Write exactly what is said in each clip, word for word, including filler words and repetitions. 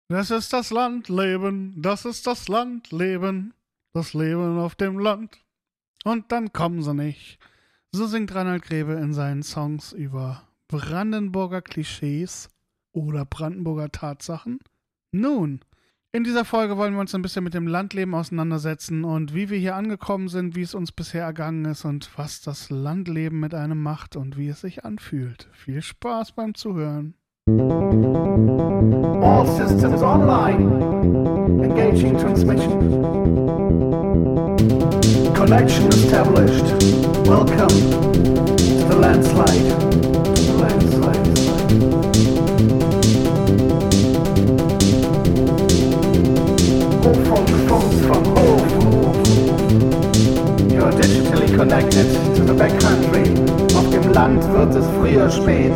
Das ist das Landleben, das ist das Landleben, das Leben auf dem Land. Und dann kommen sie nicht. So singt Reinhard Grebe in seinen Songs über Brandenburger Klischees oder Brandenburger Tatsachen. Nun, in dieser Folge wollen wir uns ein bisschen mit dem Landleben auseinandersetzen und wie wir hier angekommen sind, wie es uns bisher ergangen ist und was das Landleben mit einem macht und wie es sich anfühlt. Viel Spaß beim Zuhören. All systems online. Engaging transmission. Connection established. Welcome to the landslide. The landslide. Hochfunk, Funk from Hof. You are digitally connected to the backcountry. Auf dem Land wird es früher spät.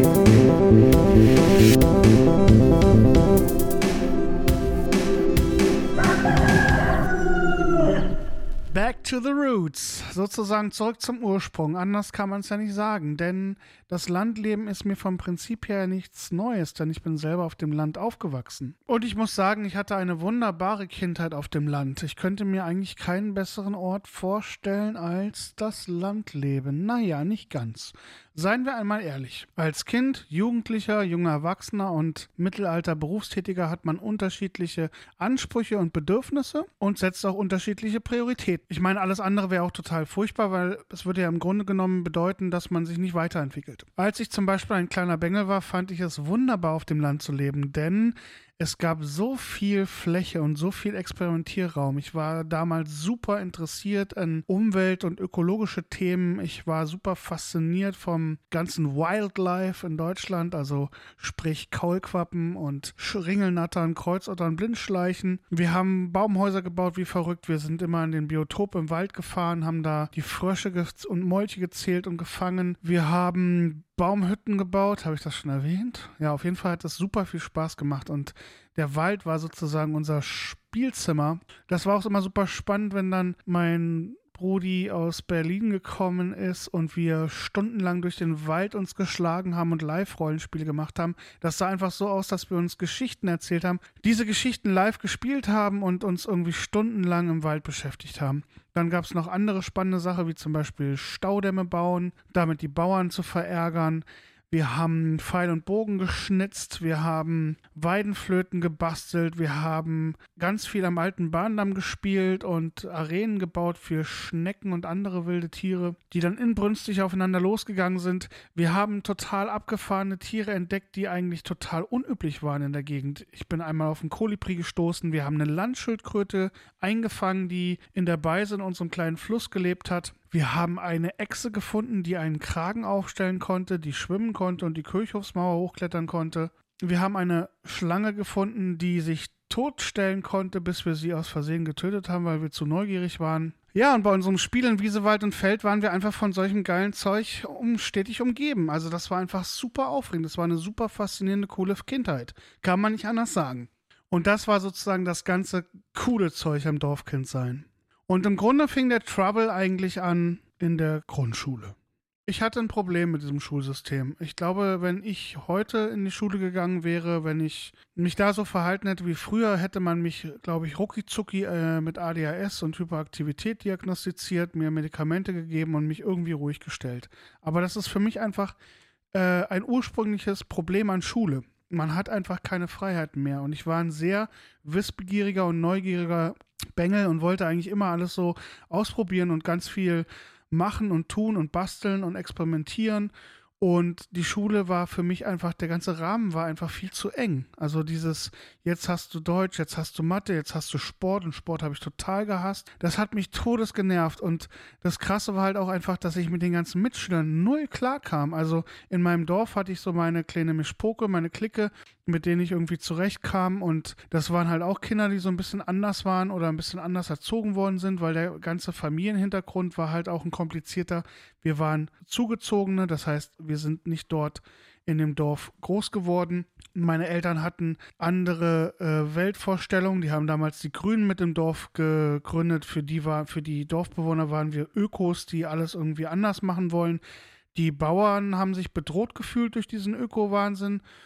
Back to the roots, sozusagen zurück zum Ursprung. Anders kann man es ja nicht sagen, denn das Landleben ist mir vom Prinzip her nichts Neues, denn ich bin selber auf dem Land aufgewachsen. Und ich muss sagen, ich hatte eine wunderbare Kindheit auf dem Land. Ich könnte mir eigentlich keinen besseren Ort vorstellen als das Landleben. Naja, nicht ganz. Seien wir einmal ehrlich. Als Kind, Jugendlicher, junger Erwachsener und Mittelalter Berufstätiger hat man unterschiedliche Ansprüche und Bedürfnisse und setzt auch unterschiedliche Prioritäten. Ich meine, alles andere wäre auch total furchtbar, weil es würde ja im Grunde genommen bedeuten, dass man sich nicht weiterentwickelt. Als ich zum Beispiel ein kleiner Bengel war, fand ich es wunderbar, auf dem Land zu leben, denn es gab so viel Fläche und so viel Experimentierraum. Ich war damals super interessiert an Umwelt- und ökologische Themen. Ich war super fasziniert vom ganzen Wildlife in Deutschland, also sprich Kaulquappen und Ringelnattern, Kreuzottern, Blindschleichen. Wir haben Baumhäuser gebaut wie verrückt. Wir sind immer in den Biotop im Wald gefahren, haben da die Frösche und Molche gezählt und gefangen. Wir haben Baumhütten gebaut, habe ich das schon erwähnt? Ja, auf jeden Fall hat das super viel Spaß gemacht und der Wald war sozusagen unser Spielzimmer. Das war auch immer super spannend, wenn dann mein Brudi aus Berlin gekommen ist und wir stundenlang durch den Wald uns geschlagen haben und Live-Rollenspiele gemacht haben. Das sah einfach so aus, dass wir uns Geschichten erzählt haben, diese Geschichten live gespielt haben und uns irgendwie stundenlang im Wald beschäftigt haben. Dann gab es noch andere spannende Sachen, wie zum Beispiel Staudämme bauen, damit die Bauern zu verärgern. Wir haben Pfeil und Bogen geschnitzt, wir haben Weidenflöten gebastelt, wir haben ganz viel am alten Bahndamm gespielt und Arenen gebaut für Schnecken und andere wilde Tiere, die dann inbrünstig aufeinander losgegangen sind. Wir haben total abgefahrene Tiere entdeckt, die eigentlich total unüblich waren in der Gegend. Ich bin einmal auf einen Kolibri gestoßen, wir haben eine Landschildkröte eingefangen, die in der Beise in unserem kleinen Fluss gelebt hat. Wir haben eine Echse gefunden, die einen Kragen aufstellen konnte, die schwimmen konnte und die Kirchhofsmauer hochklettern konnte. Wir haben eine Schlange gefunden, die sich totstellen konnte, bis wir sie aus Versehen getötet haben, weil wir zu neugierig waren. Ja, und bei unserem Spiel in Wiese, Wald und Feld waren wir einfach von solchem geilen Zeug um, stetig umgeben. Also das war einfach super aufregend. Das war eine super faszinierende, coole Kindheit. Kann man nicht anders sagen. Und das war sozusagen das ganze coole Zeug am Dorfkindsein. Und im Grunde fing der Trouble eigentlich an in der Grundschule. Ich hatte ein Problem mit diesem Schulsystem. Ich glaube, wenn ich heute in die Schule gegangen wäre, wenn ich mich da so verhalten hätte wie früher, hätte man mich, glaube ich, rucki-zucki äh, mit A D H S und Hyperaktivität diagnostiziert, mir Medikamente gegeben und mich irgendwie ruhig gestellt. Aber das ist für mich einfach äh, ein ursprüngliches Problem an Schule. Man hat einfach keine Freiheiten mehr. Und ich war ein sehr wissbegieriger und neugieriger Bengel und wollte eigentlich immer alles so ausprobieren und ganz viel machen und tun und basteln und experimentieren. Und die Schule war für mich einfach, der ganze Rahmen war einfach viel zu eng. Also dieses, jetzt hast du Deutsch, jetzt hast du Mathe, jetzt hast du Sport und Sport habe ich total gehasst. Das hat mich todesgenervt und das Krasse war halt auch einfach, dass ich mit den ganzen Mitschülern null klar kam. Also in meinem Dorf hatte ich so meine kleine Mischpoke, meine Clique, mit denen ich irgendwie zurechtkam und das waren halt auch Kinder, die so ein bisschen anders waren oder ein bisschen anders erzogen worden sind, weil der ganze Familienhintergrund war halt auch ein komplizierter. Wir waren Zugezogene, das heißt, wir sind nicht dort in dem Dorf groß geworden. Meine Eltern hatten andere äh, Weltvorstellungen. Die haben damals die Grünen mit dem Dorf gegründet. Für die, war, für die Dorfbewohner waren wir Ökos, die alles irgendwie anders machen wollen. Die Bauern haben sich bedroht gefühlt durch diesen Öko-Wahnsinn.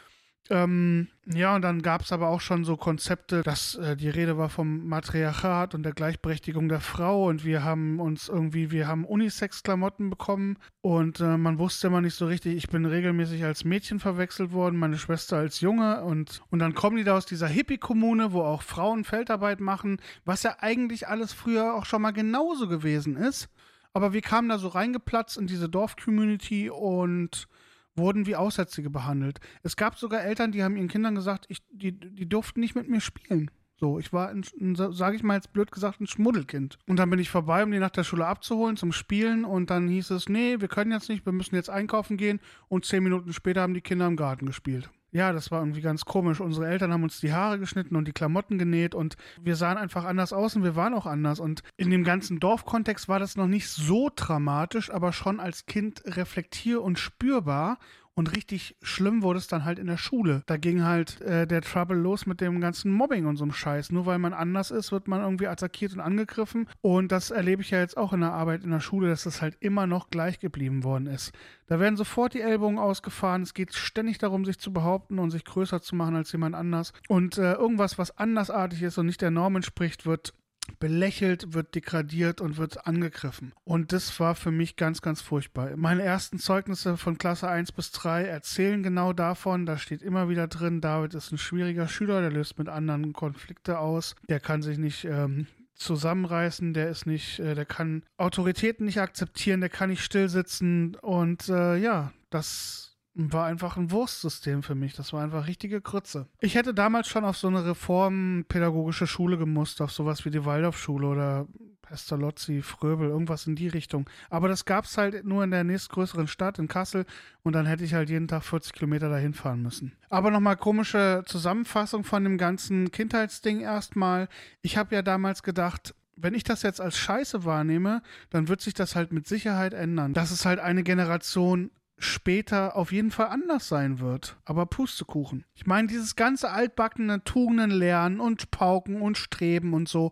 Ähm, ja, und dann gab es aber auch schon so Konzepte, dass äh, die Rede war vom Matriarchat und der Gleichberechtigung der Frau und wir haben uns irgendwie, wir haben Unisex-Klamotten bekommen und äh, man wusste immer nicht so richtig, ich bin regelmäßig als Mädchen verwechselt worden, meine Schwester als Junge und, und dann kommen die da aus dieser Hippie-Kommune, wo auch Frauen Feldarbeit machen, was ja eigentlich alles früher auch schon mal genauso gewesen ist. Aber wir kamen da so reingeplatzt in diese Dorf-Community und wurden wie Aussätzige behandelt. Es gab sogar Eltern, die haben ihren Kindern gesagt, ich, die, die durften nicht mit mir spielen. So, ich war, ein, ein, sage ich mal jetzt blöd gesagt, ein Schmuddelkind. Und dann bin ich vorbei, um die nach der Schule abzuholen zum Spielen und dann hieß es, nee, wir können jetzt nicht, wir müssen jetzt einkaufen gehen und zehn Minuten später haben die Kinder im Garten gespielt. Ja, das war irgendwie ganz komisch. Unsere Eltern haben uns die Haare geschnitten und die Klamotten genäht und wir sahen einfach anders aus und wir waren auch anders. Und in dem ganzen Dorfkontext war das noch nicht so dramatisch, aber schon als Kind reflektier- und spürbar. Und richtig schlimm wurde es dann halt in der Schule. Da ging halt äh, der Trouble los mit dem ganzen Mobbing und so einem Scheiß. Nur weil man anders ist, wird man irgendwie attackiert und angegriffen. Und das erlebe ich ja jetzt auch in der Arbeit in der Schule, dass das halt immer noch gleich geblieben worden ist. Da werden sofort die Ellbogen ausgefahren. Es geht ständig darum, sich zu behaupten und sich größer zu machen als jemand anders. Und äh, irgendwas, was andersartig ist und nicht der Norm entspricht, wird belächelt, wird degradiert und wird angegriffen. Und das war für mich ganz, ganz furchtbar. Meine ersten Zeugnisse von Klasse eins bis drei erzählen genau davon. Da steht immer wieder drin, David ist ein schwieriger Schüler, der löst mit anderen Konflikte aus, der kann sich nicht ähm, zusammenreißen, der ist nicht, äh, der kann Autoritäten nicht akzeptieren, der kann nicht stillsitzen und äh, ja, das war einfach ein Wurstsystem für mich. Das war einfach richtige Grütze. Ich hätte damals schon auf so eine reformpädagogische Schule gemusst, auf sowas wie die Waldorfschule oder Pestalozzi, Fröbel, irgendwas in die Richtung. Aber das gab es halt nur in der nächstgrößeren Stadt, in Kassel, und dann hätte ich halt jeden Tag vierzig Kilometer dahin fahren müssen. Aber nochmal komische Zusammenfassung von dem ganzen Kindheitsding erstmal. Ich habe ja damals gedacht, wenn ich das jetzt als Scheiße wahrnehme, dann wird sich das halt mit Sicherheit ändern. Dass es halt eine Generation später auf jeden Fall anders sein wird. Aber Pustekuchen. Ich meine, dieses ganze altbackene Tugenden lernen und Pauken und Streben und so.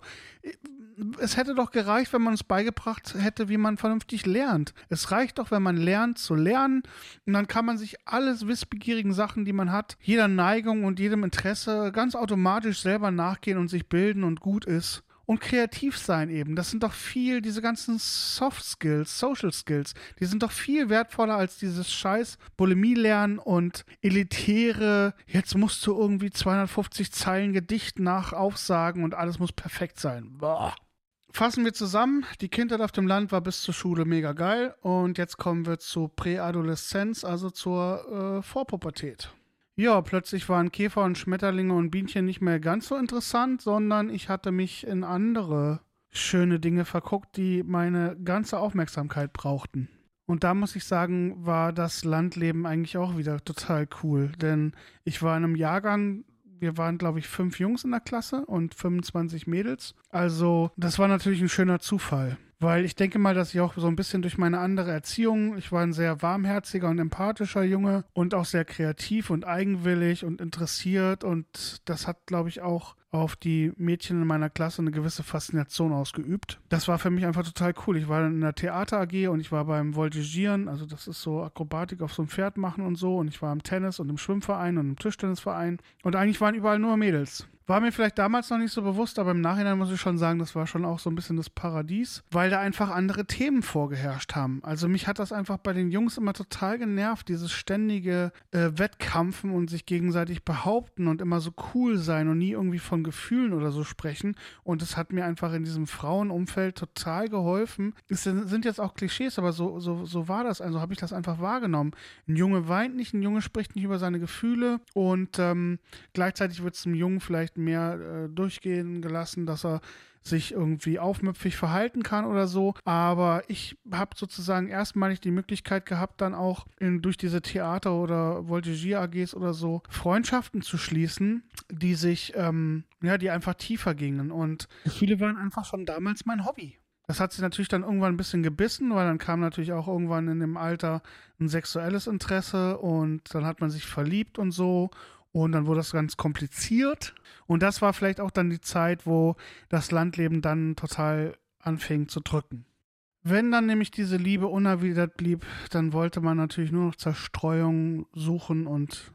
Es hätte doch gereicht, wenn man uns beigebracht hätte, wie man vernünftig lernt. Es reicht doch, wenn man lernt zu lernen und dann kann man sich alles wissbegierigen Sachen, die man hat, jeder Neigung und jedem Interesse ganz automatisch selber nachgehen und sich bilden und gut ist. Und kreativ sein eben, das sind doch viel, diese ganzen Soft Skills, Social Skills, die sind doch viel wertvoller als dieses scheiß Bulimie lernen und elitäre, jetzt musst du irgendwie zweihundertfünfzig Zeilen Gedicht nach aufsagen und alles muss perfekt sein. Boah. Fassen wir zusammen, die Kindheit auf dem Land war bis zur Schule mega geil und jetzt kommen wir zur Präadoleszenz, also zur äh, Vorpubertät. Ja, plötzlich waren Käfer und Schmetterlinge und Bienchen nicht mehr ganz so interessant, sondern ich hatte mich in andere schöne Dinge verguckt, die meine ganze Aufmerksamkeit brauchten. Und da muss ich sagen, war das Landleben eigentlich auch wieder total cool, denn ich war in einem Jahrgang, wir waren, glaube ich, fünf Jungs in der Klasse und fünfundzwanzig Mädels. Also das war natürlich ein schöner Zufall. Weil ich denke mal, dass ich auch so ein bisschen durch meine andere Erziehung, ich war ein sehr warmherziger und empathischer Junge und auch sehr kreativ und eigenwillig und interessiert und das hat, glaube ich, auch auf die Mädchen in meiner Klasse eine gewisse Faszination ausgeübt. Das war für mich einfach total cool. Ich war in der Theater-A G und ich war beim Voltigieren, also das ist so Akrobatik auf so einem Pferd machen und so und ich war im Tennis und im Schwimmverein und im Tischtennisverein und eigentlich waren überall nur Mädels. War mir vielleicht damals noch nicht so bewusst, aber im Nachhinein muss ich schon sagen, das war schon auch so ein bisschen das Paradies, weil da einfach andere Themen vorgeherrscht haben. Also mich hat das einfach bei den Jungs immer total genervt, dieses ständige äh, Wettkampfen und sich gegenseitig behaupten und immer so cool sein und nie irgendwie von Gefühlen oder so sprechen. Und es hat mir einfach in diesem Frauenumfeld total geholfen. Es sind jetzt auch Klischees, aber so, so, so war das. Also habe ich das einfach wahrgenommen. Ein Junge weint nicht, ein Junge spricht nicht über seine Gefühle und ähm, gleichzeitig wird es einem Jungen vielleicht mehr äh, durchgehen gelassen, dass er sich irgendwie aufmüpfig verhalten kann oder so. Aber ich habe sozusagen erstmalig die Möglichkeit gehabt, dann auch in, durch diese Theater- oder Voltigier-A Gs oder so Freundschaften zu schließen, die sich, ähm, ja, die einfach tiefer gingen. Und Gefühle waren einfach schon damals mein Hobby. Das hat sich natürlich dann irgendwann ein bisschen gebissen, weil dann kam natürlich auch irgendwann in dem Alter ein sexuelles Interesse und dann hat man sich verliebt und so. Und dann wurde das ganz kompliziert. Und das war vielleicht auch dann die Zeit, wo das Landleben dann total anfing zu drücken. Wenn dann nämlich diese Liebe unerwidert blieb, dann wollte man natürlich nur noch Zerstreuung suchen und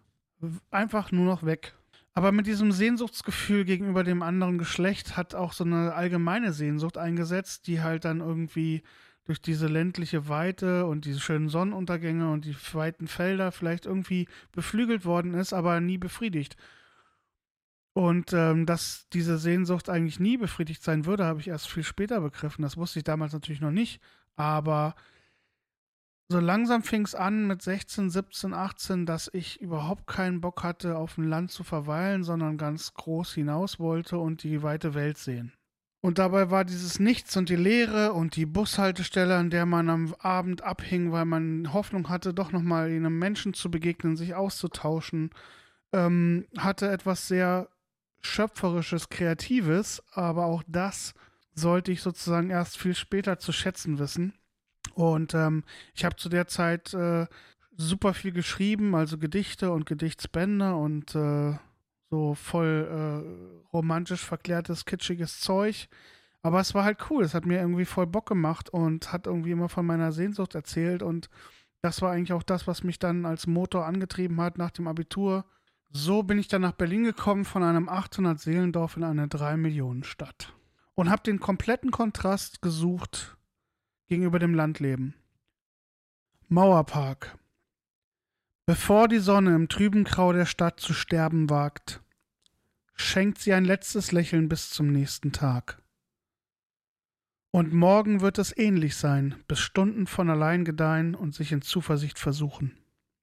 einfach nur noch weg. Aber mit diesem Sehnsuchtsgefühl gegenüber dem anderen Geschlecht hat auch so eine allgemeine Sehnsucht eingesetzt, die halt dann irgendwie durch diese ländliche Weite und diese schönen Sonnenuntergänge und die weiten Felder vielleicht irgendwie beflügelt worden ist, aber nie befriedigt. Und ähm, dass diese Sehnsucht eigentlich nie befriedigt sein würde, habe ich erst viel später begriffen. Das wusste ich damals natürlich noch nicht. Aber so langsam fing es an mit sechzehn, siebzehn, achtzehn, dass ich überhaupt keinen Bock hatte, auf dem Land zu verweilen, sondern ganz groß hinaus wollte und die weite Welt sehen. Und dabei war dieses Nichts und die Leere und die Bushaltestelle, an der man am Abend abhing, weil man Hoffnung hatte, doch nochmal einem Menschen zu begegnen, sich auszutauschen, ähm, hatte etwas sehr Schöpferisches, Kreatives, aber auch das sollte ich sozusagen erst viel später zu schätzen wissen. Und ähm, ich habe zu der Zeit äh, super viel geschrieben, also Gedichte und Gedichtsbände und äh, so voll äh, romantisch verklärtes, kitschiges Zeug. Aber es war halt cool, es hat mir irgendwie voll Bock gemacht und hat irgendwie immer von meiner Sehnsucht erzählt. Und das war eigentlich auch das, was mich dann als Motor angetrieben hat nach dem Abitur. So bin ich dann nach Berlin gekommen, von einem achthundert-Seelendorf in eine drei-Millionen-Stadt. Und habe den kompletten Kontrast gesucht gegenüber dem Landleben. Mauerpark. Bevor die Sonne im trüben Grau der Stadt zu sterben wagt, schenkt sie ein letztes Lächeln bis zum nächsten Tag. Und morgen wird es ähnlich sein, bis Stunden von allein gedeihen und sich in Zuversicht versuchen.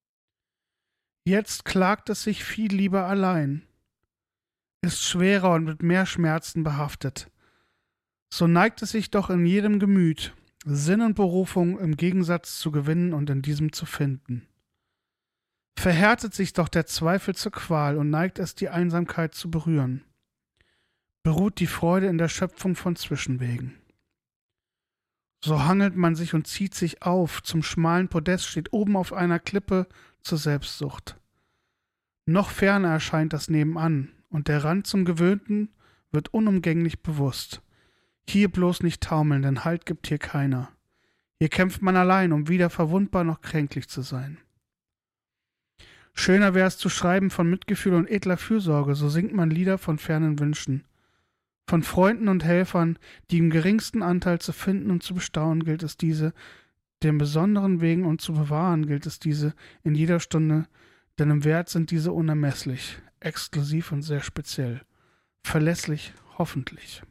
Jetzt klagt es sich viel lieber allein, ist schwerer und mit mehr Schmerzen behaftet. So neigt es sich doch in jedem Gemüt, Sinn und Berufung im Gegensatz zu gewinnen und in diesem zu finden. Verhärtet sich doch der Zweifel zur Qual und neigt es, die Einsamkeit zu berühren. Beruht die Freude in der Schöpfung von Zwischenwegen. So hangelt man sich und zieht sich auf, zum schmalen Podest steht oben auf einer Klippe zur Selbstsucht. Noch ferner erscheint das Nebenan, und der Rand zum Gewöhnten wird unumgänglich bewusst. Hier bloß nicht taumeln, denn Halt gibt hier keiner. Hier kämpft man allein, um weder verwundbar noch kränklich zu sein. Schöner wäre es zu schreiben von Mitgefühl und edler Fürsorge, so singt man Lieder von fernen Wünschen. Von Freunden und Helfern, die im geringsten Anteil zu finden und zu bestaunen, gilt es diese, den besonderen Wegen und zu bewahren gilt es diese in jeder Stunde, denn im Wert sind diese unermesslich, exklusiv und sehr speziell, verlässlich, hoffentlich.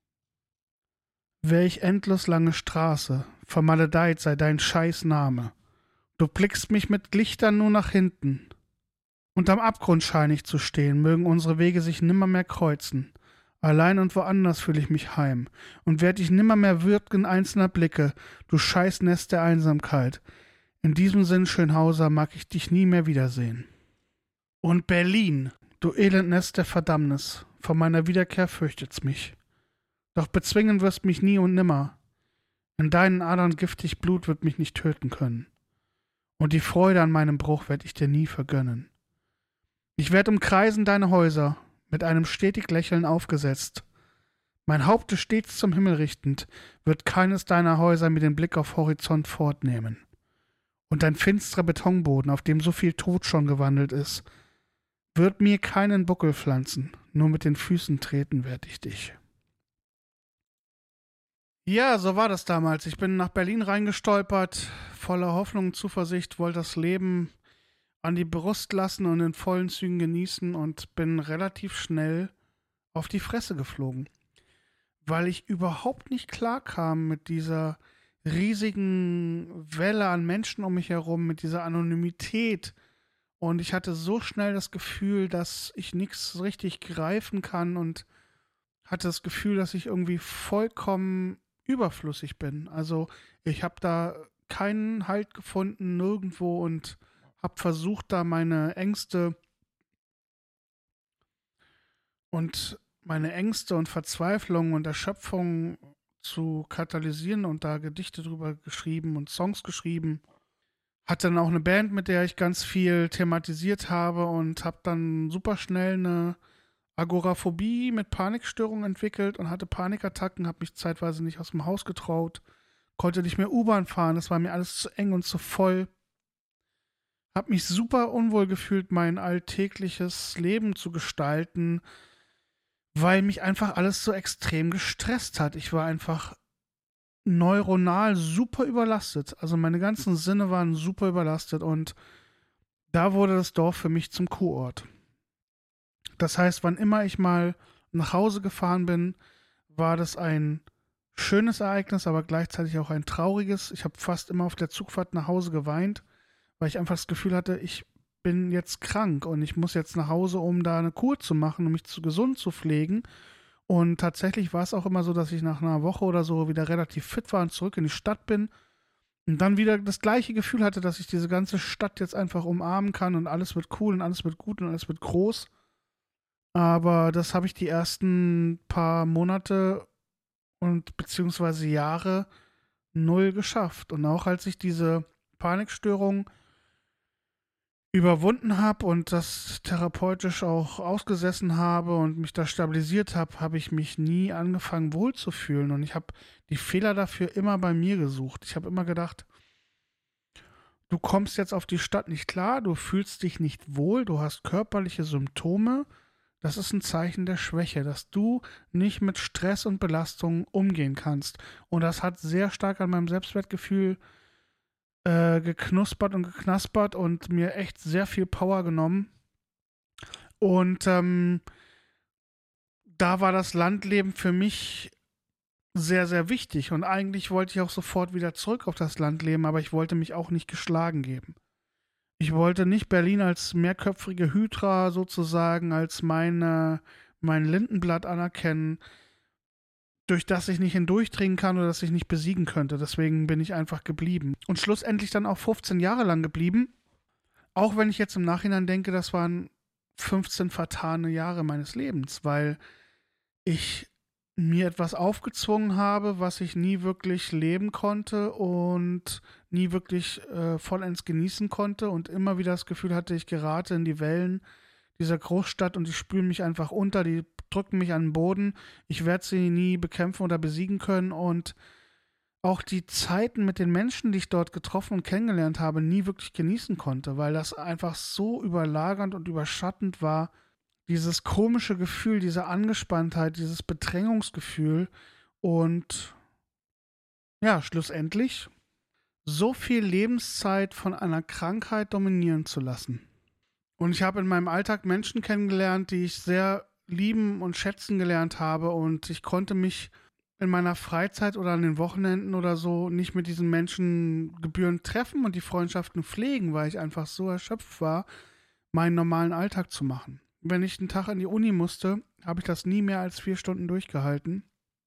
Welch endlos lange Straße, vermaledeit sei dein Scheißname. Du blickst mich mit Lichtern nur nach hinten. Und am Abgrund schein ich zu stehen, mögen unsere Wege sich nimmermehr kreuzen. Allein und woanders fühl ich mich heim und werd dich nimmermehr würdigen einzelner Blicke, du Scheißnest der Einsamkeit. In diesem Sinn, Schönhauser, mag ich dich nie mehr wiedersehen. Und Berlin, du Elendnest der Verdammnis, vor meiner Wiederkehr fürchtet's mich. Doch bezwingen wirst mich nie und nimmer. In deinen Adern giftig Blut wird mich nicht töten können. Und die Freude an meinem Bruch werd ich dir nie vergönnen. Ich werd umkreisen deine Häuser, mit einem stetig Lächeln aufgesetzt. Mein Haupte stets zum Himmel richtend, wird keines deiner Häuser mir den Blick auf Horizont fortnehmen. Und dein finstrer Betonboden, auf dem so viel Tod schon gewandelt ist, wird mir keinen Buckel pflanzen, nur mit den Füßen treten werd ich dich. Ja, so war das damals. Ich bin nach Berlin reingestolpert, voller Hoffnung und Zuversicht, wollte das Leben an die Brust lassen und in vollen Zügen genießen und bin relativ schnell auf die Fresse geflogen, weil ich überhaupt nicht klarkam mit dieser riesigen Welle an Menschen um mich herum, mit dieser Anonymität. Und ich hatte so schnell das Gefühl, dass ich nichts richtig greifen kann und hatte das Gefühl, dass ich irgendwie vollkommen überflüssig bin. Also ich habe da keinen Halt gefunden nirgendwo und habe versucht, da meine Ängste und meine Ängste und Verzweiflung und Erschöpfung zu katalysieren und da Gedichte drüber geschrieben und Songs geschrieben. Hatte dann auch eine Band, mit der ich ganz viel thematisiert habe und habe dann super schnell eine Agoraphobie mit Panikstörungen entwickelt und hatte Panikattacken, habe mich zeitweise nicht aus dem Haus getraut, konnte nicht mehr U-Bahn fahren, das war mir alles zu eng und zu voll. habe mich super unwohl gefühlt, mein alltägliches Leben zu gestalten, weil mich einfach alles so extrem gestresst hat. Ich war einfach neuronal super überlastet. Also meine ganzen Sinne waren super überlastet und da wurde das Dorf für mich zum Kurort. Das heißt, wann immer ich mal nach Hause gefahren bin, war das ein schönes Ereignis, aber gleichzeitig auch ein trauriges. Ich habe fast immer auf der Zugfahrt nach Hause geweint, weil ich einfach das Gefühl hatte, ich bin jetzt krank und ich muss jetzt nach Hause, um da eine Kur zu machen, um mich zu gesund zu pflegen. Und tatsächlich war es auch immer so, dass ich nach einer Woche oder so wieder relativ fit war und zurück in die Stadt bin und dann wieder das gleiche Gefühl hatte, dass ich diese ganze Stadt jetzt einfach umarmen kann und alles wird cool und alles wird gut und alles wird groß. Aber das habe ich die ersten paar Monate und beziehungsweise Jahre null geschafft. Und auch als ich diese Panikstörung überwunden habe und das therapeutisch auch ausgesessen habe und mich da stabilisiert habe, habe ich mich nie angefangen wohlzufühlen. Und ich habe die Fehler dafür immer bei mir gesucht. Ich habe immer gedacht, du kommst jetzt auf die Stadt nicht klar, du fühlst dich nicht wohl, du hast körperliche Symptome. Das ist ein Zeichen der Schwäche, dass du nicht mit Stress und Belastung umgehen kannst. Und das hat sehr stark an meinem Selbstwertgefühl äh, geknuspert und geknaspert und mir echt sehr viel Power genommen. Und ähm, da war das Landleben für mich sehr, sehr wichtig. Und eigentlich wollte ich auch sofort wieder zurück auf das Landleben, aber ich wollte mich auch nicht geschlagen geben. Ich wollte nicht Berlin als mehrköpfige Hydra sozusagen, als meine, mein Lindenblatt anerkennen, durch das ich nicht hindurchdringen kann oder das ich nicht besiegen könnte. Deswegen bin ich einfach geblieben. Und schlussendlich dann auch fünfzehn Jahre lang geblieben. Auch wenn ich jetzt im Nachhinein denke, das waren fünfzehn vertane Jahre meines Lebens, weil ich mir etwas aufgezwungen habe, was ich nie wirklich leben konnte und nie wirklich äh, vollends genießen konnte und immer wieder das Gefühl hatte, ich gerate in die Wellen dieser Großstadt und die spülen mich einfach unter, die drücken mich an den Boden. Ich werde sie nie bekämpfen oder besiegen können und auch die Zeiten mit den Menschen, die ich dort getroffen und kennengelernt habe, nie wirklich genießen konnte, weil das einfach so überlagernd und überschattend war. Dieses komische Gefühl, diese Angespanntheit, dieses Bedrängungsgefühl und ja, schlussendlich so viel Lebenszeit von einer Krankheit dominieren zu lassen. Und ich habe in meinem Alltag Menschen kennengelernt, die ich sehr lieben und schätzen gelernt habe und ich konnte mich in meiner Freizeit oder an den Wochenenden oder so nicht mit diesen Menschen gebührend treffen und die Freundschaften pflegen, weil ich einfach so erschöpft war, meinen normalen Alltag zu machen. Wenn ich einen Tag an die Uni musste, habe ich das nie mehr als vier Stunden durchgehalten.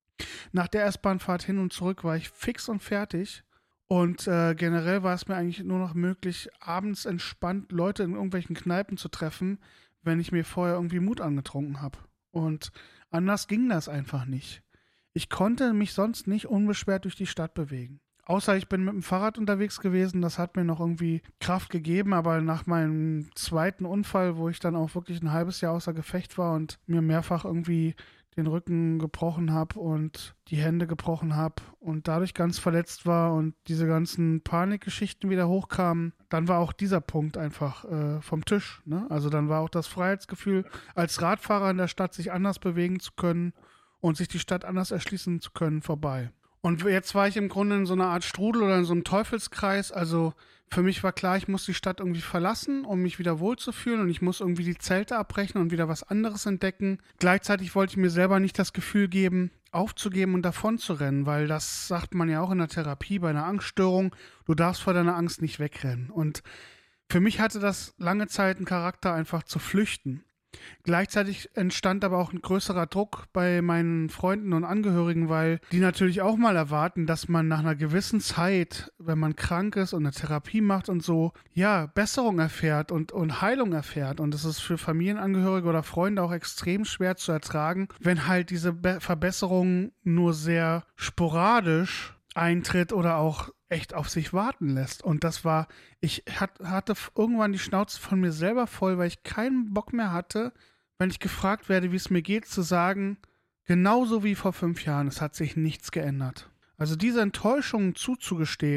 Nach der S-Bahn-Fahrt hin und zurück war ich fix und fertig. Und äh, generell war es mir eigentlich nur noch möglich, abends entspannt Leute in irgendwelchen Kneipen zu treffen, wenn ich mir vorher irgendwie Mut angetrunken habe. Und anders ging das einfach nicht. Ich konnte mich sonst nicht unbeschwert durch die Stadt bewegen. Außer ich bin mit dem Fahrrad unterwegs gewesen, das hat mir noch irgendwie Kraft gegeben, aber nach meinem zweiten Unfall, wo ich dann auch wirklich ein halbes Jahr außer Gefecht war und mir mehrfach irgendwie den Rücken gebrochen habe und die Hände gebrochen habe und dadurch ganz verletzt war und diese ganzen Panikgeschichten wieder hochkamen, dann war auch dieser Punkt einfach äh, vom Tisch. Ne? Also dann war auch das Freiheitsgefühl, als Radfahrer in der Stadt sich anders bewegen zu können und sich die Stadt anders erschließen zu können, vorbei. Und jetzt war ich im Grunde in so einer Art Strudel oder in so einem Teufelskreis. Also für mich war klar, ich muss die Stadt irgendwie verlassen, um mich wieder wohlzufühlen und ich muss irgendwie die Zelte abbrechen und wieder was anderes entdecken. Gleichzeitig wollte ich mir selber nicht das Gefühl geben, aufzugeben und davon zu rennen, weil das sagt man ja auch in der Therapie bei einer Angststörung, du darfst vor deiner Angst nicht wegrennen. Und für mich hatte das lange Zeit einen Charakter, einfach zu flüchten. Gleichzeitig entstand aber auch ein größerer Druck bei meinen Freunden und Angehörigen, weil die natürlich auch mal erwarten, dass man nach einer gewissen Zeit, wenn man krank ist und eine Therapie macht und so, ja, Besserung erfährt und, und Heilung erfährt. Und es ist für Familienangehörige oder Freunde auch extrem schwer zu ertragen, wenn halt diese Be- Verbesserung nur sehr sporadisch eintritt oder auch echt auf sich warten lässt. Und das war, ich hat, hatte irgendwann die Schnauze von mir selber voll, weil ich keinen Bock mehr hatte, wenn ich gefragt werde, wie es mir geht, zu sagen, genauso wie vor fünf Jahren, es hat sich nichts geändert. Also diese Enttäuschung zuzugestehen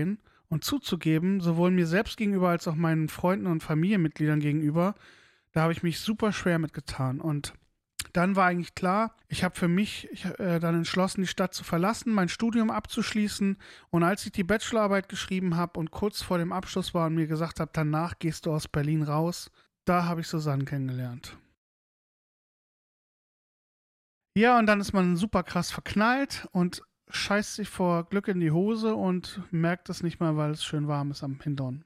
Und zuzugeben, sowohl mir selbst gegenüber als auch meinen Freunden und Familienmitgliedern gegenüber, da habe ich mich super schwer mitgetan. Und dann war eigentlich klar, ich habe für mich ich, äh, dann entschlossen, die Stadt zu verlassen, mein Studium abzuschließen. Und als ich die Bachelorarbeit geschrieben habe und kurz vor dem Abschluss war und mir gesagt habe, danach gehst du aus Berlin raus, da habe ich Susanne kennengelernt. Ja, und dann ist man super krass verknallt und scheißt sich vor Glück in die Hose und merkt es nicht mal, weil es schön warm ist am Hintern.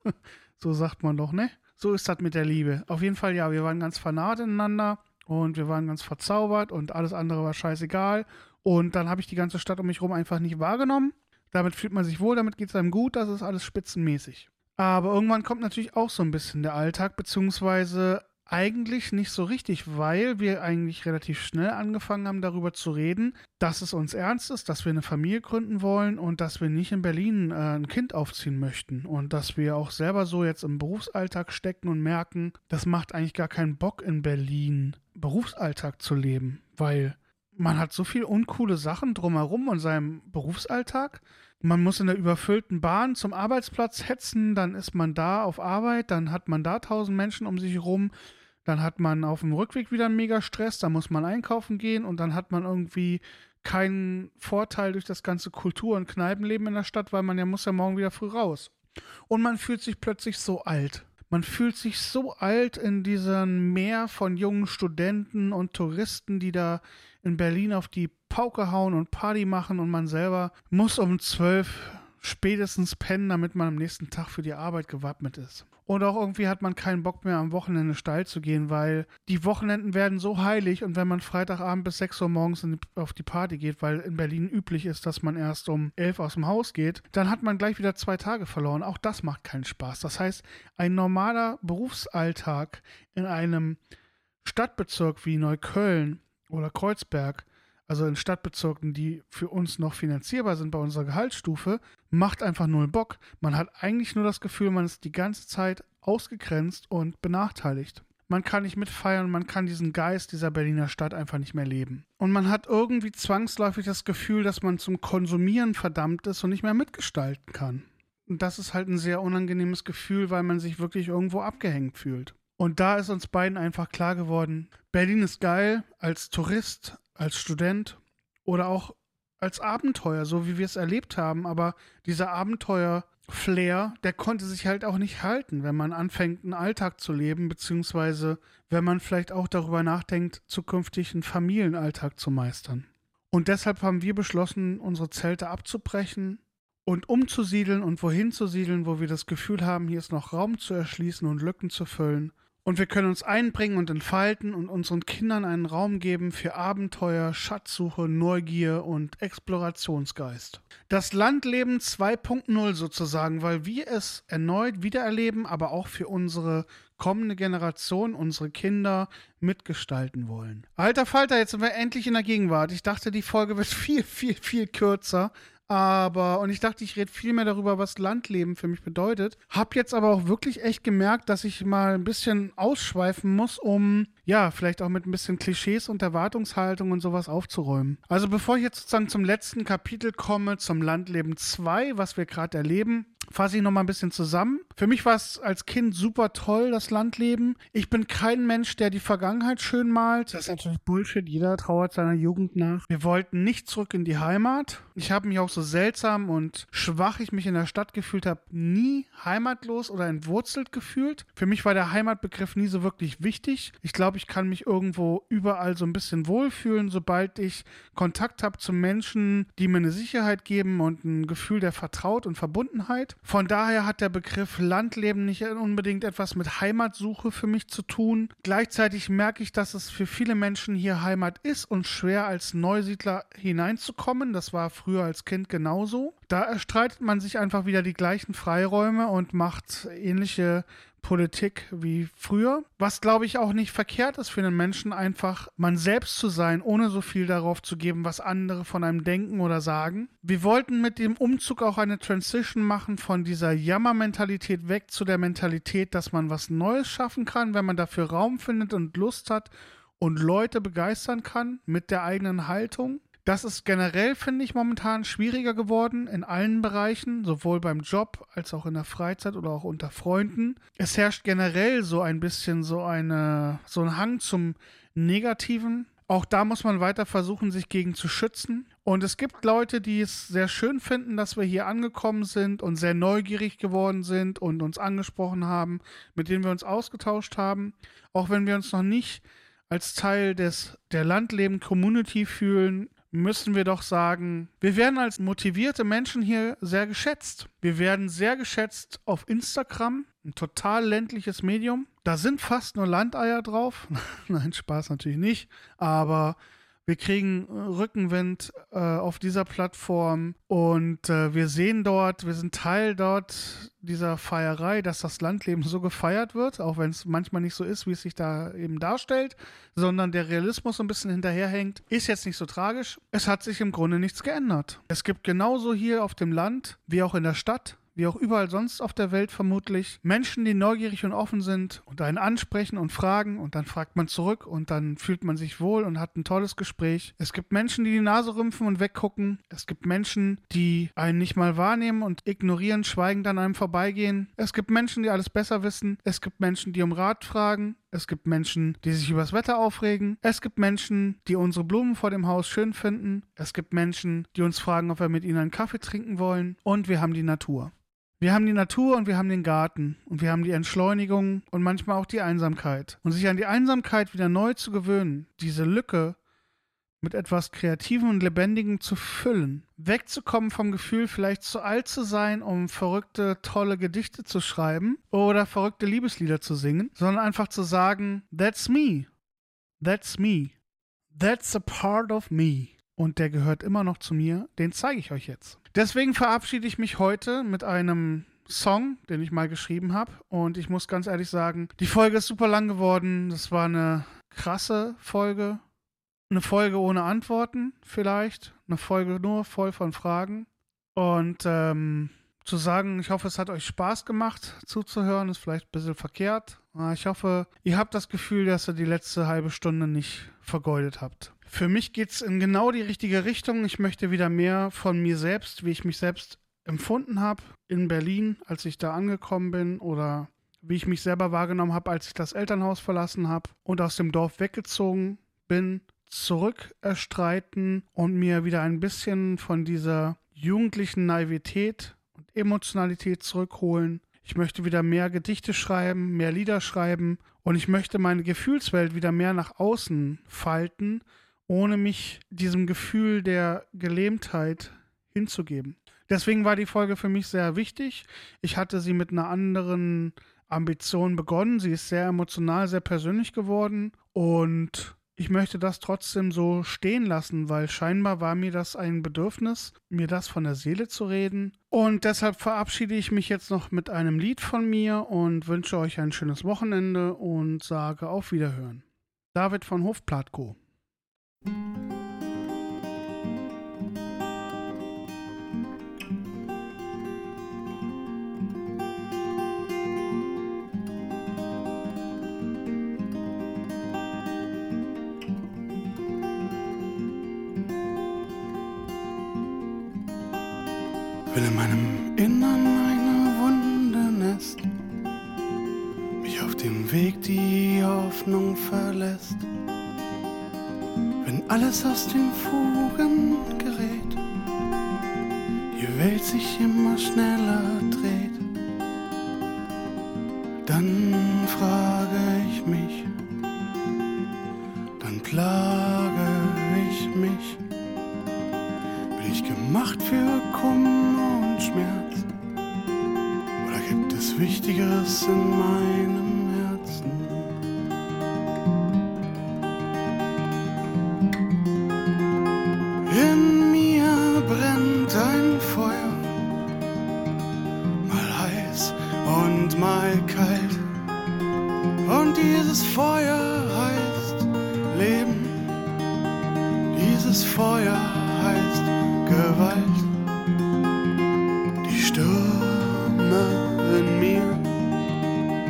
So sagt man doch, ne? So ist das mit der Liebe. Auf jeden Fall, ja, wir waren ganz fanat ineinander und wir waren ganz verzaubert und alles andere war scheißegal. Und dann habe ich die ganze Stadt um mich herum einfach nicht wahrgenommen. Damit fühlt man sich wohl, damit geht es einem gut, das ist alles spitzenmäßig. Aber irgendwann kommt natürlich auch so ein bisschen der Alltag, beziehungsweise eigentlich nicht so richtig, weil wir eigentlich relativ schnell angefangen haben, darüber zu reden, dass es uns ernst ist, dass wir eine Familie gründen wollen und dass wir nicht in Berlin äh, ein Kind aufziehen möchten und dass wir auch selber so jetzt im Berufsalltag stecken und merken, das macht eigentlich gar keinen Bock in Berlin Berufsalltag zu leben, weil man hat so viel uncoole Sachen drumherum in seinem Berufsalltag. Man muss in der überfüllten Bahn zum Arbeitsplatz hetzen, dann ist man da auf Arbeit, dann hat man da tausend Menschen um sich herum, dann hat man auf dem Rückweg wieder einen mega Stress, da muss man einkaufen gehen und dann hat man irgendwie keinen Vorteil durch das ganze Kultur- und Kneipenleben in der Stadt, weil man ja muss ja morgen wieder früh raus. Und man fühlt sich plötzlich so alt. Man fühlt sich so alt in diesem Meer von jungen Studenten und Touristen, die da in Berlin auf die Pauke hauen und Party machen und man selber muss um zwölf spätestens pennen, damit man am nächsten Tag für die Arbeit gewappnet ist. Und auch irgendwie hat man keinen Bock mehr am Wochenende steil zu gehen, weil die Wochenenden werden so heilig und wenn man Freitagabend bis sechs Uhr morgens in, auf die Party geht, weil in Berlin üblich ist, dass man erst um elf aus dem Haus geht, dann hat man gleich wieder zwei Tage verloren. Auch das macht keinen Spaß. Das heißt, ein normaler Berufsalltag in einem Stadtbezirk wie Neukölln oder Kreuzberg, also in Stadtbezirken, die für uns noch finanzierbar sind bei unserer Gehaltsstufe, macht einfach null Bock. Man hat eigentlich nur das Gefühl, man ist die ganze Zeit ausgegrenzt und benachteiligt. Man kann nicht mitfeiern, man kann diesen Geist dieser Berliner Stadt einfach nicht mehr leben. Und man hat irgendwie zwangsläufig das Gefühl, dass man zum Konsumieren verdammt ist und nicht mehr mitgestalten kann. Und das ist halt ein sehr unangenehmes Gefühl, weil man sich wirklich irgendwo abgehängt fühlt. Und da ist uns beiden einfach klar geworden, Berlin ist geil als Tourist, als Student oder auch als Abenteuer, so wie wir es erlebt haben. Aber dieser Abenteuer-Flair, der konnte sich halt auch nicht halten, wenn man anfängt, einen Alltag zu leben, beziehungsweise wenn man vielleicht auch darüber nachdenkt, zukünftig einen Familienalltag zu meistern. Und deshalb haben wir beschlossen, unsere Zelte abzubrechen und umzusiedeln und wohin zu siedeln, wo wir das Gefühl haben, hier ist noch Raum zu erschließen und Lücken zu füllen. Und wir können uns einbringen und entfalten und unseren Kindern einen Raum geben für Abenteuer, Schatzsuche, Neugier und Explorationsgeist. Das Landleben zwei Punkt null sozusagen, weil wir es erneut wiedererleben, aber auch für unsere kommende Generation, unsere Kinder mitgestalten wollen. Alter Falter, jetzt sind wir endlich in der Gegenwart. Ich dachte, die Folge wird viel, viel, viel kürzer. Aber, und ich dachte, ich rede viel mehr darüber, was Landleben für mich bedeutet. Hab jetzt aber auch wirklich echt gemerkt, dass ich mal ein bisschen ausschweifen muss, um, ja, vielleicht auch mit ein bisschen Klischees und Erwartungshaltung und sowas aufzuräumen. Also bevor ich jetzt sozusagen zum letzten Kapitel komme, zum Landleben zwei, was wir gerade erleben, fasse ich nochmal ein bisschen zusammen. Für mich war es als Kind super toll, das Landleben. Ich bin kein Mensch, der die Vergangenheit schön malt. Das ist natürlich Bullshit. Jeder trauert seiner Jugend nach. Wir wollten nicht zurück in die Heimat. Ich habe mich auch so seltsam und schwach ich mich in der Stadt gefühlt habe, nie heimatlos oder entwurzelt gefühlt. Für mich war der Heimatbegriff nie so wirklich wichtig. Ich glaube, ich kann mich irgendwo überall so ein bisschen wohlfühlen, sobald ich Kontakt habe zu Menschen, die mir eine Sicherheit geben und ein Gefühl der Vertraut und Verbundenheit. Von daher hat der Begriff Landleben nicht unbedingt etwas mit Heimatsuche für mich zu tun. Gleichzeitig merke ich, dass es für viele Menschen hier Heimat ist und schwer als Neusiedler hineinzukommen. Das war früher als Kind genauso. Da erstreitet man sich einfach wieder die gleichen Freiräume und macht ähnliche Politik wie früher. Was, glaube ich, auch nicht verkehrt ist für einen Menschen, einfach man selbst zu sein, ohne so viel darauf zu geben, was andere von einem denken oder sagen. Wir wollten mit dem Umzug auch eine Transition machen von dieser Jammermentalität weg zu der Mentalität, dass man was Neues schaffen kann, wenn man dafür Raum findet und Lust hat und Leute begeistern kann mit der eigenen Haltung. Das ist generell, finde ich, momentan schwieriger geworden in allen Bereichen, sowohl beim Job als auch in der Freizeit oder auch unter Freunden. Es herrscht generell so ein bisschen so eine, so ein Hang zum Negativen. Auch da muss man weiter versuchen, sich gegen zu schützen. Und es gibt Leute, die es sehr schön finden, dass wir hier angekommen sind und sehr neugierig geworden sind und uns angesprochen haben, mit denen wir uns ausgetauscht haben. Auch wenn wir uns noch nicht als Teil des, der Landleben-Community fühlen, müssen wir doch sagen, wir werden als motivierte Menschen hier sehr geschätzt. Wir werden sehr geschätzt auf Instagram, ein total ländliches Medium. Da sind fast nur Landeier drauf. Nein, Spaß natürlich nicht. Aber wir kriegen Rückenwind äh, auf dieser Plattform und äh, wir sehen dort, wir sind Teil dort dieser Feierei, dass das Landleben so gefeiert wird, auch wenn es manchmal nicht so ist, wie es sich da eben darstellt, sondern der Realismus so ein bisschen hinterherhängt. Ist jetzt nicht so tragisch. Es hat sich im Grunde nichts geändert. Es gibt genauso hier auf dem Land wie auch in der Stadt, wie auch überall sonst auf der Welt vermutlich, Menschen, die neugierig und offen sind und einen ansprechen und fragen und dann fragt man zurück und dann fühlt man sich wohl und hat ein tolles Gespräch. Es gibt Menschen, die die Nase rümpfen und weggucken. Es gibt Menschen, die einen nicht mal wahrnehmen und ignorieren, schweigend an einem vorbeigehen. Es gibt Menschen, die alles besser wissen. Es gibt Menschen, die um Rat fragen. Es gibt Menschen, die sich übers Wetter aufregen. Es gibt Menschen, die unsere Blumen vor dem Haus schön finden. Es gibt Menschen, die uns fragen, ob wir mit ihnen einen Kaffee trinken wollen. Und wir haben die Natur. Wir haben die Natur und wir haben den Garten und wir haben die Entschleunigung und manchmal auch die Einsamkeit. Und sich an die Einsamkeit wieder neu zu gewöhnen, diese Lücke mit etwas Kreativem und Lebendigem zu füllen, wegzukommen vom Gefühl, vielleicht zu alt zu sein, um verrückte, tolle Gedichte zu schreiben oder verrückte Liebeslieder zu singen, sondern einfach zu sagen, that's me, that's me, that's a part of me. Und der gehört immer noch zu mir, den zeige ich euch jetzt. Deswegen verabschiede ich mich heute mit einem Song, den ich mal geschrieben habe. Und ich muss ganz ehrlich sagen, die Folge ist super lang geworden. Das war eine krasse Folge. Eine Folge ohne Antworten vielleicht. Eine Folge nur voll von Fragen. Und ähm, zu sagen, ich hoffe, es hat euch Spaß gemacht zuzuhören, ist vielleicht ein bisschen verkehrt. Aber ich hoffe, ihr habt das Gefühl, dass ihr die letzte halbe Stunde nicht vergeudet habt. Für mich geht es in genau die richtige Richtung. Ich möchte wieder mehr von mir selbst, wie ich mich selbst empfunden habe in Berlin, als ich da angekommen bin oder wie ich mich selber wahrgenommen habe, als ich das Elternhaus verlassen habe und aus dem Dorf weggezogen bin, zurück erstreiten und mir wieder ein bisschen von dieser jugendlichen Naivität und Emotionalität zurückholen. Ich möchte wieder mehr Gedichte schreiben, mehr Lieder schreiben und ich möchte meine Gefühlswelt wieder mehr nach außen falten, ohne mich diesem Gefühl der Gelähmtheit hinzugeben. Deswegen war die Folge für mich sehr wichtig. Ich hatte sie mit einer anderen Ambition begonnen. Sie ist sehr emotional, sehr persönlich geworden und ich möchte das trotzdem so stehen lassen, weil scheinbar war mir das ein Bedürfnis, mir das von der Seele zu reden. Und deshalb verabschiede ich mich jetzt noch mit einem Lied von mir und wünsche euch ein schönes Wochenende und sage auf Wiederhören. David von Hofplatko. Will in meinem Innern eine Wunde nest, mich auf dem Weg die Hoffnung verlässt. Wenn alles aus den Fugen gerät, die Welt sich immer schneller dreht, dann frage ich mich, dann plage ich mich. Bin ich gemacht für Kummer und Schmerz? Oder gibt es Wichtigeres in meinem Herzen? In mir brennt ein Feuer, mal heiß und mal kalt. Und dieses Feuer heißt Leben, dieses Feuer heißt Gewalt. Die Stürme in mir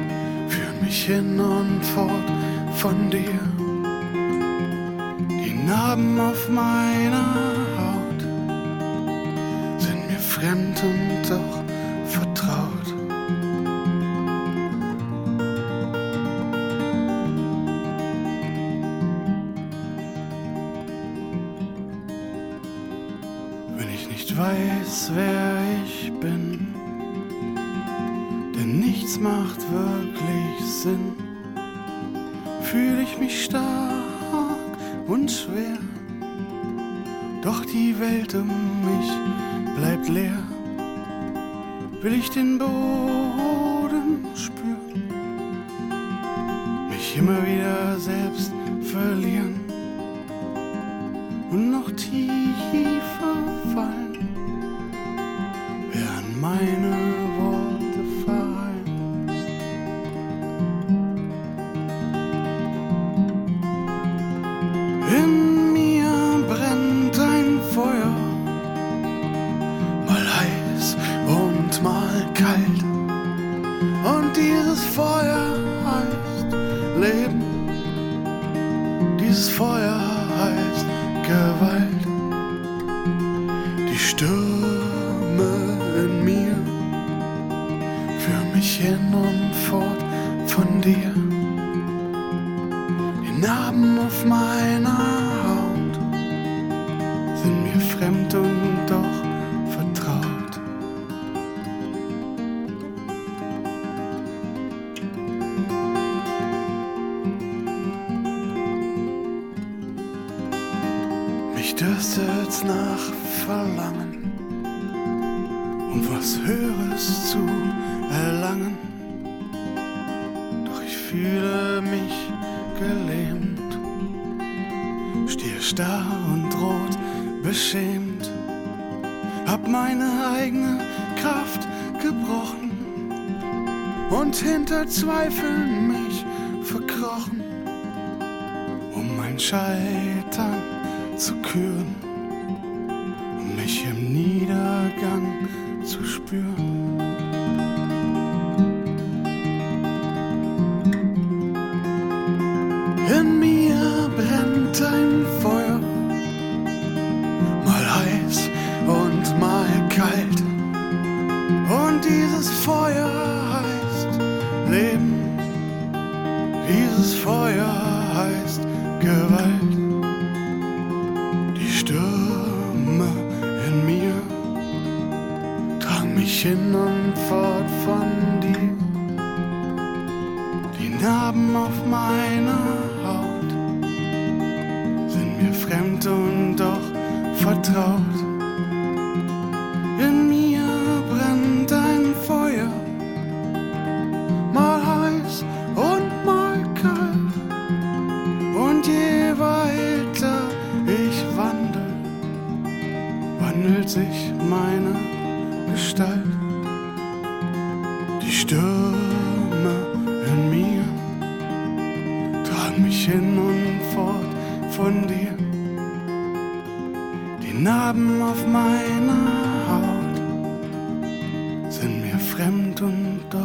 führen mich hin und fort von dir. Die Narben auf meiner Haut sind mir fremd und doch vertraut. Wenn ich nicht weiß, wer ich bin, denn nichts macht wirklich Sinn, fühle ich mich stark und schwer, doch die Welt um mich bleibt leer. Will ich den Boden spüren, mich immer wieder selbst verlieren und noch tiefer fallen, während meine Worte fallen. In mir brennt ein Feuer, mal heiß und mal kalt, und dieses Feuer heißt Leben, dieses Feuer heißt Gewalt. Die Stürme in mir führen mich hin und fort von dir. Die Narben auf meiner Haut sind mir fremd und doch vertraut. Mich dürstet's nach Verlangen und was Höheres zu erlangen, doch ich fühle mich gelähmt, stehe starr und rot beschämt, hab meine eigene Kraft gebrochen und hinter Zweifeln mich verkrochen, um mein Scheitern zu küren und mich im Niedergang zu spüren. In mir brennt ein Feuer, mal heiß und mal kalt, und dieses Feuer heißt Leben, dieses Feuer heißt Gewalt. Die Stürme in mir tragen mich hin und fort von dir. Die Narben auf meiner Haut sind mir fremd und doch vertraut. In mir brennt ein Feuer, mal heiß und mal kalt, und je weiter ich wandel, wandelt sich meine Gestalt. Die Stürme in mir tragen mich hin und fort von dir. Die Narben auf meiner Haut sind mir fremd und doch